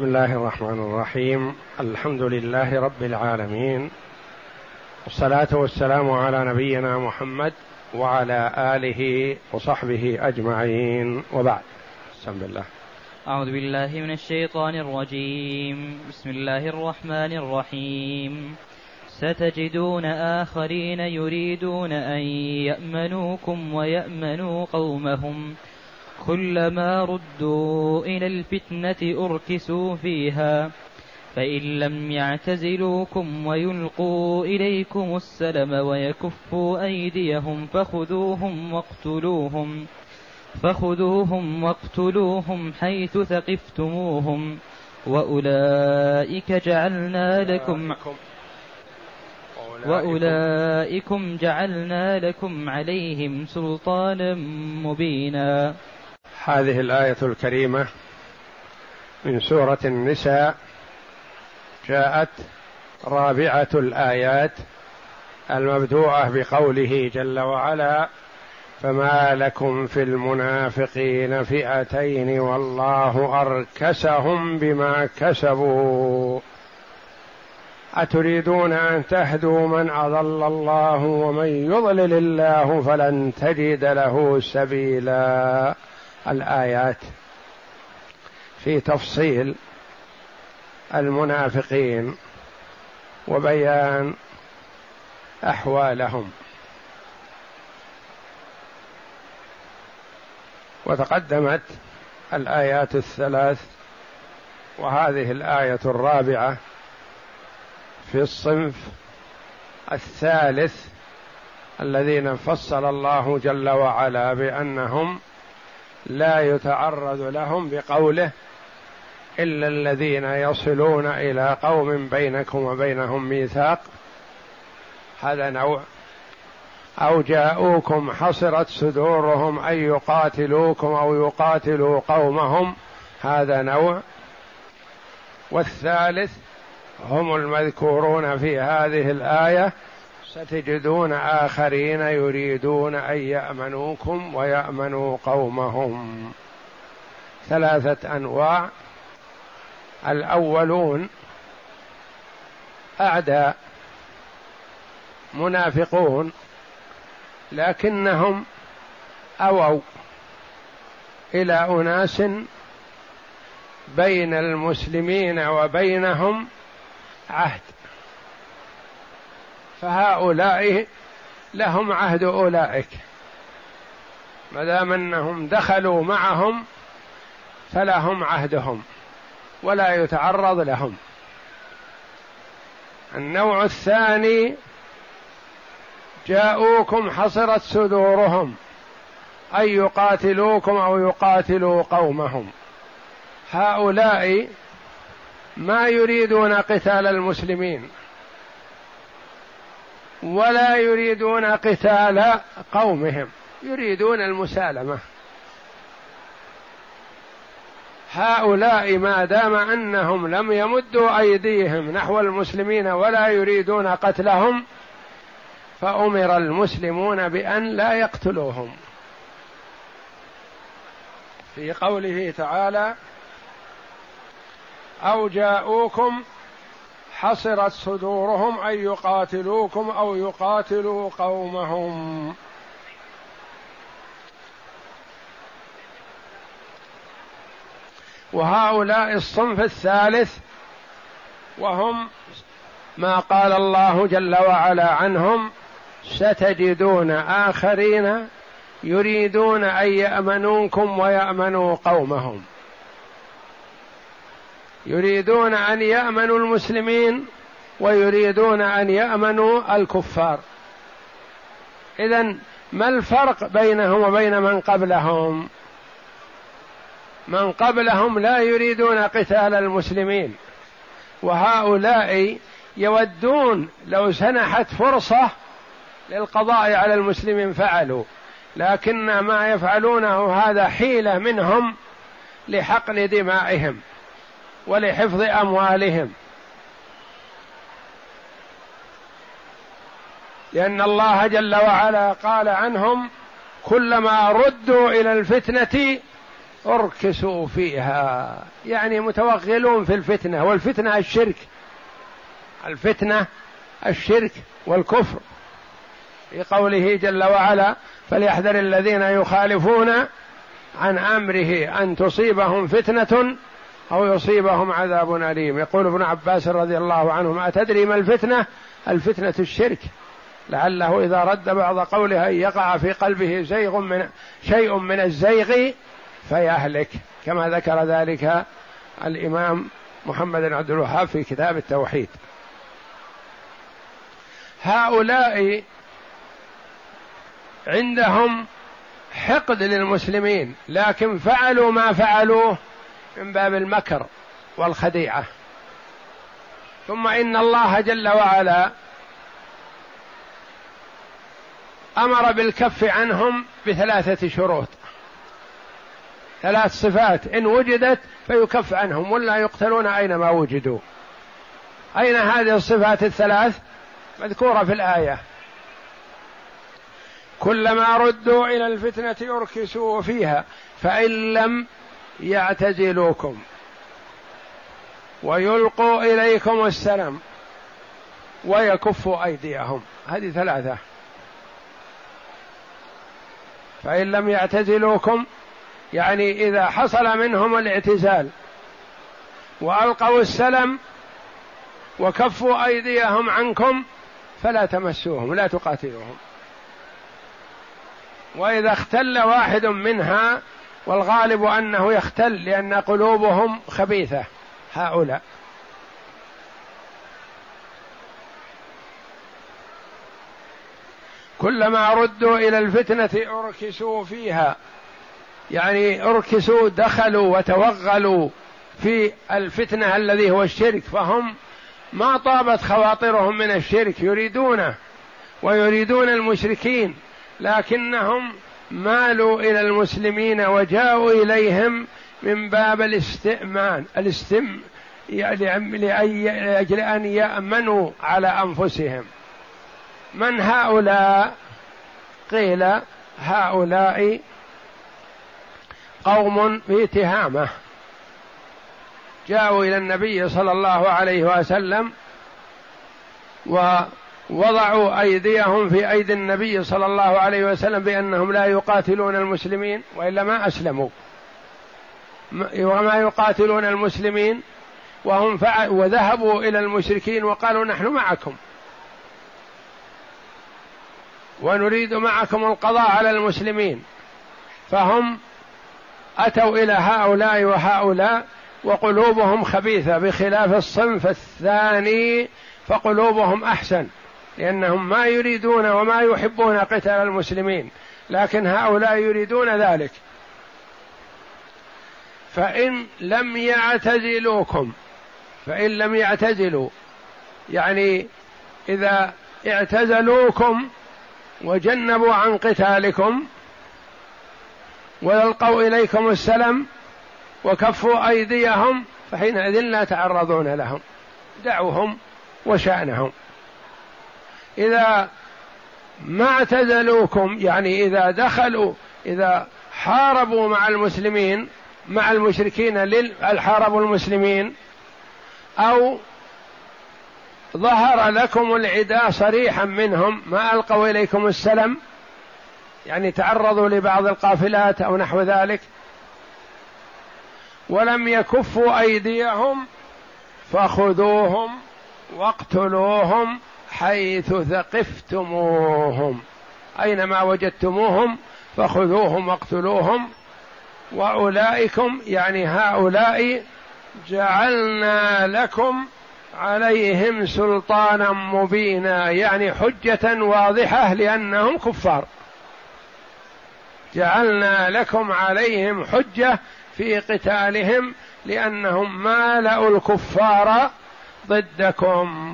بسم الله الرحمن الرحيم. الحمد لله رب العالمين، والصلاة والسلام على نبينا محمد وعلى آله وصحبه أجمعين، وبعد. بسم الله. أعوذ بالله من الشيطان الرجيم. بسم الله الرحمن الرحيم. ستجدون آخرين يريدون أن يأمنوكم ويأمنوا قومهم كلما ردوا إلى الفتنة أركسوا فيها فإن لم يعتزلوكم ويلقوا إليكم السلم ويكفوا أيديهم فخذوهم واقتلوهم حيث ثقفتموهم وأولئكم جعلنا لكم عليهم سلطانا مبينا. هذه الآية الكريمة من سورة النساء جاءت رابعة الآيات المبدوءة بقوله جل وعلا: فما لكم في المنافقين فئتين والله أركسهم بما كسبوا أتريدون أن تهدوا من أضل الله ومن يضلل الله فلن تجد له سبيلا. الآيات في تفصيل المنافقين وبيان أحوالهم، وتقدمت الآيات الثلاث، وهذه الآية الرابعة في الصنف الثالث الذين فصل الله جل وعلا بأنهم لا يتعرض لهم بقوله إلا الذين يصلون إلى قوم بينكم وبينهم ميثاق، هذا نوع، أو جاءوكم حصرت صدورهم أن يقاتلوكم أو يقاتلوا قومهم، هذا نوع. والثالث هم المذكورون في هذه الآية: ستجدون آخرين يريدون أن يأمنوكم ويأمنوا قومهم. ثلاثة أنواع. الأولون أعداء منافقون لكنهم أووا إلى أناس بين المسلمين وبينهم عهد، فهؤلاء لهم عهد أولئك، ما دام أنهم دخلوا معهم فلهم عهدهم ولا يتعرض لهم. النوع الثاني: جاءوكم حصرت صدورهم أن يقاتلوكم أو يقاتلوا قومهم، هؤلاء ما يريدون قتال المسلمين ولا يريدون قتال قومهم، يريدون المسالمة. هؤلاء ما دام أنهم لم يمدوا أيديهم نحو المسلمين ولا يريدون قتلهم فأمر المسلمون بأن لا يقتلوهم، في قوله تعالى: أو جاءوكم حصرت صدورهم أن يقاتلوكم أو يقاتلوا قومهم. وهؤلاء الصنف الثالث وهم ما قال الله جل وعلا عنهم: ستجدون آخرين يريدون أن يأمنوكم ويأمنوا قومهم، يريدون أن يأمنوا المسلمين ويريدون أن يأمنوا الكفار. إذن ما الفرق بينهم وبين من قبلهم؟ من قبلهم لا يريدون قتال المسلمين، وهؤلاء يودون لو سنحت فرصة للقضاء على المسلمين فعلوا، لكن ما يفعلونه هذا حيلة منهم لحقن دمائهم ولحفظ أموالهم، لأن الله جل وعلا قال عنهم: كلما ردوا إلى الفتنة اركسوا فيها، يعني متوغلون في الفتنة، والفتنة الشرك، الفتنة الشرك والكفر، في قوله جل وعلا: فليحذر الذين يخالفون عن أمره أن تصيبهم فتنة أو يصيبهم عذاب أليم. يقول ابن عباس رضي الله عنهما: أتدري ما الفتنة؟ الفتنة الشرك، لعله إذا رد بعض قوله أن يقع في قلبه شيء من الزيغ فيهلك، كما ذكر ذلك الإمام محمد بن عبد الوهاب في كتاب التوحيد. هؤلاء عندهم حقد للمسلمين، لكن فعلوا ما فعلوه من باب المكر والخديعة. ثم إن الله جل وعلا أمر بالكف عنهم ب3 شروط، 3 صفات إن وجدت فيكف عنهم ولا يقتلون أينما وجدوا. أين هذه الصفات ال3؟ مذكورة في الآية: كلما ردوا إلى الفتنة أركسوا فيها فإن لم يعتزلوكم ويلقوا إليكم السلام ويكفوا أيديهم. هذه 3. فإن لم يعتزلوكم يعني إذا حصل منهم الاعتزال وألقوا السلم وكفوا أيديهم عنكم فلا تمسوهم، لا تقاتلوهم. وإذا اختل واحد منها، والغالب أنه يختل لأن قلوبهم خبيثة هؤلاء، كلما ردوا إلى الفتنة أركسوا فيها، يعني أركسوا، دخلوا وتوغلوا في الفتنة الذي هو الشرك، فهم ما طابت خواطرهم من الشرك، يريدونه ويريدون المشركين، لكنهم مالوا إلى المسلمين وجاءوا إليهم من باب الاستئمان، لأجل أن يأمنوا على أنفسهم. من هؤلاء؟ قيل هؤلاء قوم في تهامة جاءوا إلى النبي صلى الله عليه وسلم ووضعوا أيديهم في أيدي النبي صلى الله عليه وسلم بأنهم لا يقاتلون المسلمين وإلا ما أسلموا، وما يقاتلون المسلمين، وذهبوا إلى المشركين وقالوا: نحن معكم ونريد معكم القضاء على المسلمين. فهم أتوا إلى هؤلاء وهؤلاء وقلوبهم خبيثة، بخلاف الصنف الثاني فقلوبهم أحسن، لأنهم ما يريدون وما يحبون قتال المسلمين، لكن هؤلاء يريدون ذلك. فإن لم يعتزلوا يعني إذا اعتزلوكم وجنبوا عن قتالكم ويلقوا إليكم السلم وكفوا أيديهم فحينئذ لا تعرضون لهم، دعوهم وشأنهم. إذا ما اعتزلوكم يعني إذا دخلوا، إذا حاربوا مع المسلمين، مع المشركين حاربوا المسلمين، أو ظهر لكم العداء صريحا منهم ما ألقوا إليكم السلم، يعني تعرضوا لبعض القافلات أو نحو ذلك، ولم يكفوا أيديهم فخذوهم واقتلوهم حيث ثقفتموهم، أينما وجدتموهم فخذوهم واقتلوهم. وأولئكم يعني هؤلاء جعلنا لكم عليهم سلطانا مبينا، يعني حجة واضحة لأنهم كفار، جعلنا لكم عليهم حجة في قتالهم لأنهم مالأوا الكفار ضدكم.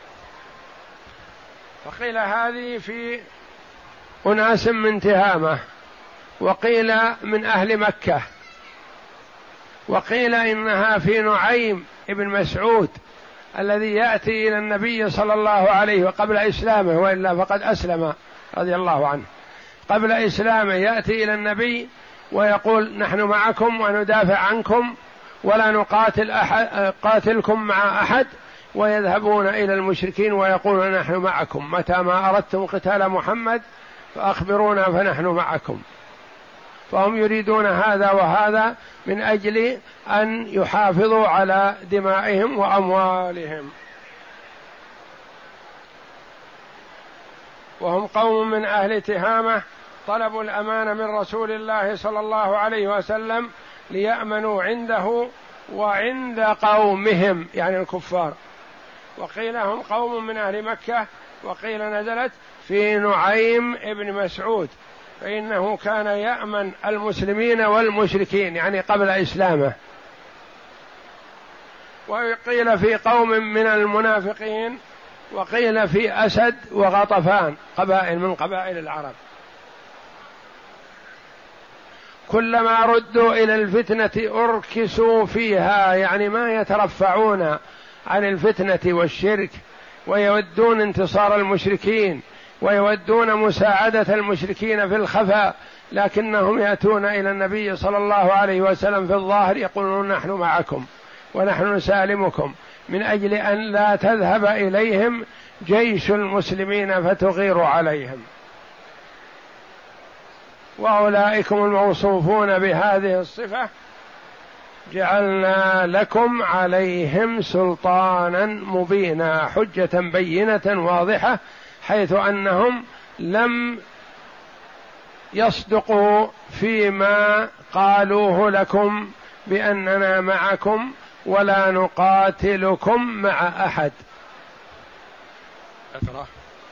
فقيل هذه في أناس من تهامة، وقيل من أهل مكة، وقيل إنها في نعيم ابن مسعود الذي يأتي إلى النبي صلى الله عليه وقبل إسلامه، وإلا فقد أسلم رضي الله عنه، قبل إسلامه يأتي إلى النبي ويقول نحن معكم وندافع عنكم ولا قاتلكم مع أحد، ويذهبون إلى المشركين ويقولون نحن معكم، متى ما أردتم قتال محمد فأخبرونا فنحن معكم. فهم يريدون هذا وهذا من أجل أن يحافظوا على دمائهم وأموالهم. وهم قوم من أهل تهامة طلبوا الأمان من رسول الله صلى الله عليه وسلم ليأمنوا عنده وعند قومهم، يعني الكفار. وقيل هم قوم من أهل مكة، وقيل نزلت في نعيم ابن مسعود، فإنه كان يأمن المسلمين والمشركين، يعني قبل إسلامه. وقيل في قوم من المنافقين، وقيل في أسد وغطفان، قبائل من قبائل العرب. كلما ردوا إلى الفتنة أركسوا فيها، يعني ما يترفعون عن الفتنة والشرك، ويودون انتصار المشركين ويودون مساعدة المشركين في الخفاء، لكنهم يأتون إلى النبي صلى الله عليه وسلم في الظاهر يقولون نحن معكم ونحن نسالمكم، من أجل أن لا تذهب إليهم جيش المسلمين فتغير عليهم. وأولئكم الموصوفون بهذه الصفة جعلنا لكم عليهم سلطانا مبينا، حجة بينة واضحة، حيث أنهم لم يصدقوا فيما قالوه لكم بأننا معكم ولا نقاتلكم مع أحد. أقرأ.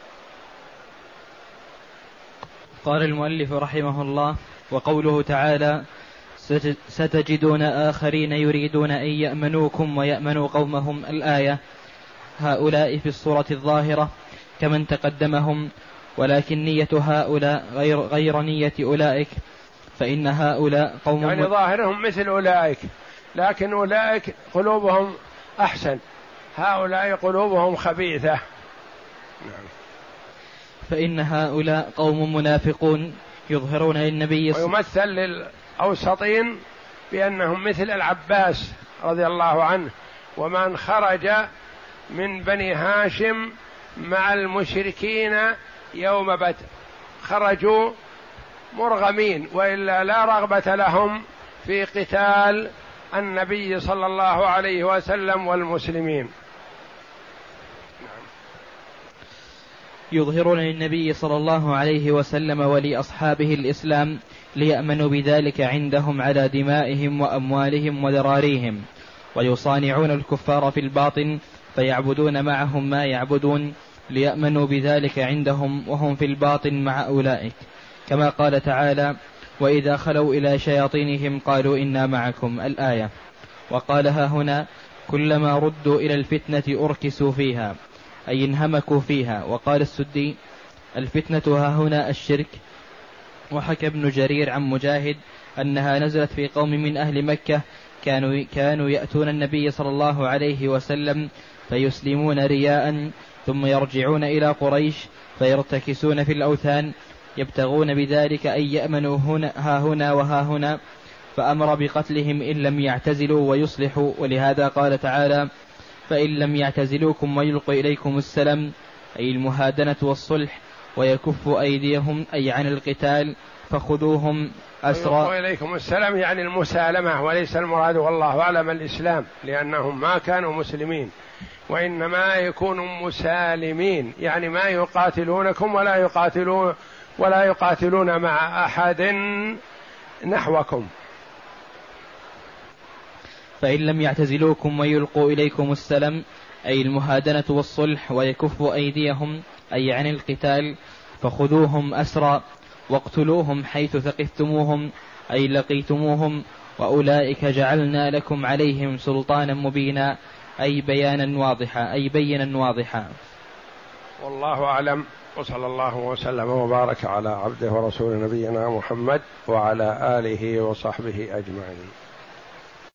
قال المؤلف رحمه الله: وقوله تعالى: ستجدون آخرين يريدون أن يأمنوكم ويأمنوا قومهم، الآية. هؤلاء في الصورة الظاهرة كمن تقدمهم، ولكن نية هؤلاء غير نية أولئك، فإن هؤلاء قوم يعني ظاهرهم مثل أولئك، لكن أولئك قلوبهم أحسن، هؤلاء قلوبهم خبيثة. نعم. فإن هؤلاء قوم منافقون يظهرون للنبي ويمثل للأوسطين بأنهم مثل العباس رضي الله عنه ومن خرج من بني هاشم مع المشركين يوم بدر، خرجوا مرغمين، وإلا لا رغبة لهم في قتال النبي صلى الله عليه وسلم والمسلمين. يظهرون للنبي صلى الله عليه وسلم ولأصحابه الإسلام ليأمنوا بذلك عندهم على دمائهم وأموالهم وذراريهم، ويصانعون الكفار في الباطن فيعبدون معهم ما يعبدون ليأمنوا بذلك عندهم وهم في الباطن مع أولئك، كما قال تعالى: وإذا خلوا إلى شياطينهم قالوا إنا معكم، الآية. وقالها هنا: كلما ردوا إلى الفتنة أركسوا فيها، أي انهمكوا فيها. وقال السدي: الفتنة ها هنا الشرك. وحكى ابن جرير عن مجاهد أنها نزلت في قوم من أهل مكة كانوا يأتون النبي صلى الله عليه وسلم فيسلمون رياء، ثم يرجعون إلى قريش فيرتكسون في الأوثان، يبتغون بذلك أن يأمنوا ها هنا وها هنا، فأمر بقتلهم إن لم يعتزلوا ويصلحوا. ولهذا قال تعالى: فإن لم يعتزلوكم ويلقوا إليكم السلم، أي المهادنة والصلح، ويكفوا أيديهم أي عن القتال، فخذوهم أسرى. ويلقوا إليكم السلم يعني المسالمة، وليس المراد والله أعلم الإسلام، لأنهم ما كانوا مسلمين، وإنما يكونوا مسالمين، يعني ما يقاتلونكم ولا يقاتلون مع أحد نحوكم. فإن لم يعتزلوكم ويلقوا إليكم السلم، أي المهادنة والصلح، ويكفوا أيديهم أي عن القتال، فخذوهم أسرى واقتلوهم حيث ثقفتموهم، أي لقيتموهم، وأولئك جعلنا لكم عليهم سلطانا مبينا، أي بينا واضحا. والله أعلم، وصلى الله وسلم وبارك على عبده ورسول نبينا محمد وعلى آله وصحبه أجمعين.